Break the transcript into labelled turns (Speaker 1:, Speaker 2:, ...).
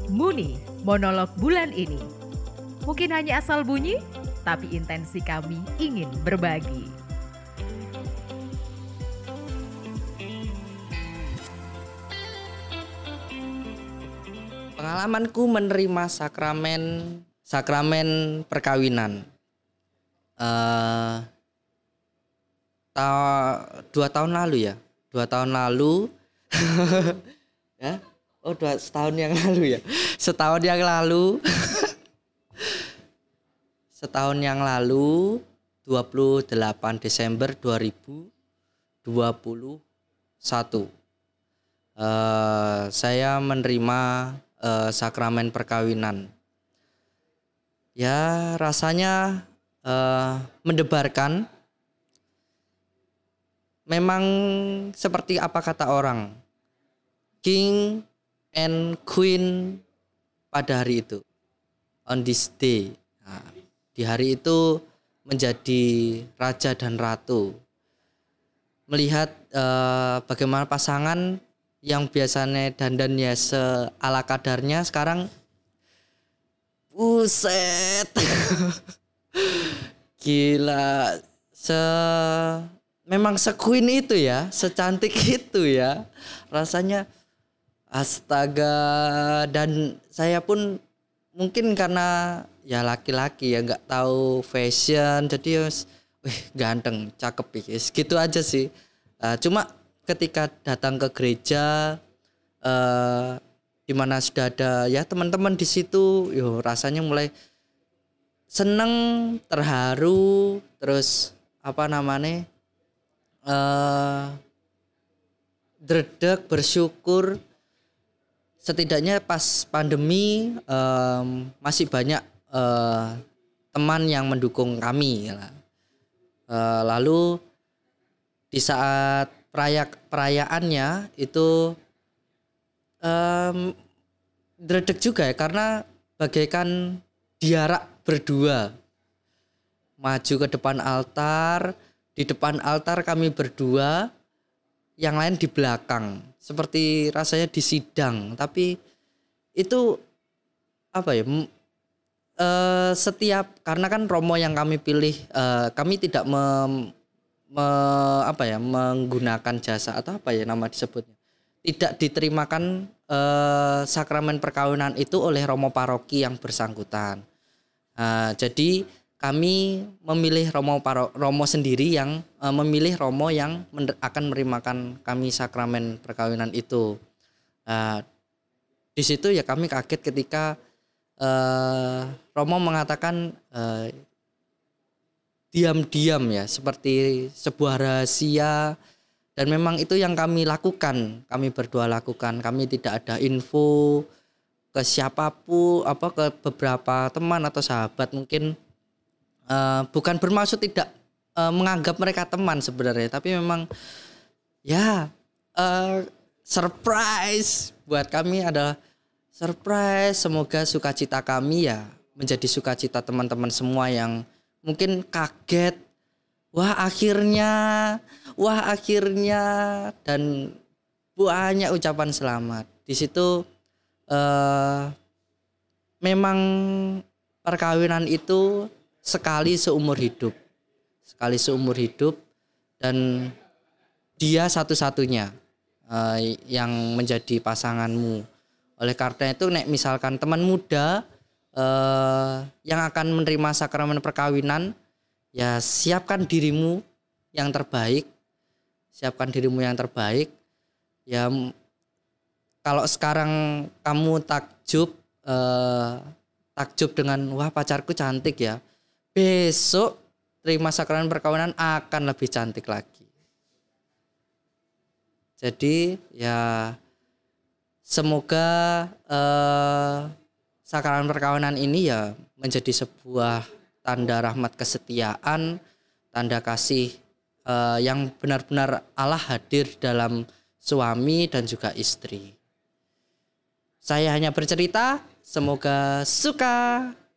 Speaker 1: Muni, monolog bulan ini. Mungkin hanya asal bunyi, tapi intensi kami ingin berbagi.
Speaker 2: Pengalamanku menerima sakramen perkawinan. Eh 2 tahun lalu ya. 2 tahun lalu. Ya. Oh, setahun yang lalu ya. Setahun yang lalu. Setahun yang lalu 28 Desember 2021. Saya menerima sakramen perkawinan. Ya, rasanya mendebarkan. Memang seperti apa kata orang, King and Queen pada hari itu, on this day. Nah, di hari itu menjadi raja dan ratu. Melihat bagaimana pasangan yang biasanya dandannya ala kadarnya sekarang buset. Gila, memang se-queen itu ya, secantik itu ya. Rasanya astaga. Dan saya pun mungkin karena ya laki-laki ya nggak tahu fashion, jadi ganteng, cakep ya, gitu aja sih. Cuma ketika datang ke gereja, di mana sudah ada ya teman-teman di situ, rasanya mulai seneng, terharu, terus dredeg, bersyukur. Setidaknya pas pandemi masih banyak teman yang mendukung kami. Lalu di saat perayaannya itu dredeg juga ya, karena bagaikan diarak berdua maju ke depan altar. Di depan altar kami berdua, yang lain di belakang, seperti rasanya di sidang. Tapi itu setiap, karena kan romo yang kami pilih, kami tidak menggunakan jasa atau nama disebutnya, tidak diterimakan sakramen perkawinan itu oleh romo paroki yang bersangkutan. Jadi kami memilih romo sendiri yang memilih romo yang akan menerimakan kami sakramen perkawinan itu. Di situ ya kami kaget ketika romo mengatakan diam-diam ya, seperti sebuah rahasia. Dan memang itu yang kami lakukan, kami berdua lakukan. Kami tidak ada info ke siapapun, ke beberapa teman atau sahabat. Mungkin bukan bermaksud tidak menganggap mereka teman sebenarnya, tapi memang ya surprise buat kami, adalah surprise. Semoga sukacita kami ya menjadi sukacita teman-teman semua yang mungkin kaget, wah akhirnya, dan banyak ucapan selamat. Di situ memang perkawinan itu sekali seumur hidup, dan dia satu-satunya yang menjadi pasanganmu. Oleh karena itu, misalkan teman muda yang akan menerima sakramen perkawinan, ya siapkan dirimu yang terbaik. Ya, kalau sekarang kamu takjub dengan wah pacarku cantik ya, besok terima sakramen perkawinan akan lebih cantik lagi. Jadi ya semoga sakramen perkawinan ini ya menjadi sebuah tanda rahmat kesetiaan, tanda kasih yang benar-benar Allah hadir dalam suami dan juga istri. Saya hanya bercerita, semoga suka.